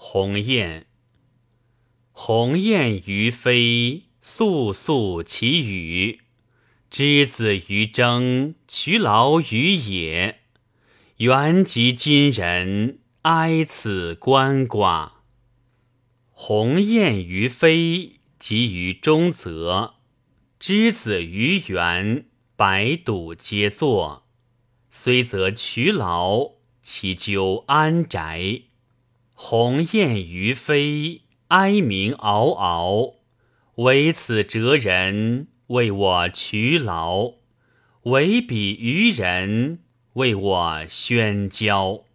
鸿雁。鸿雁于飞，肃肃其羽。之子于征，劬劳于野。原及今人，哀此鳏寡。鸿雁于飞，及于中则。之子于园，百睹皆作。虽则劬劳，其究安宅？鸿雁于飞，哀鸣嗷嗷。惟此哲人，为我劬劳；惟彼愚人，为我喧交。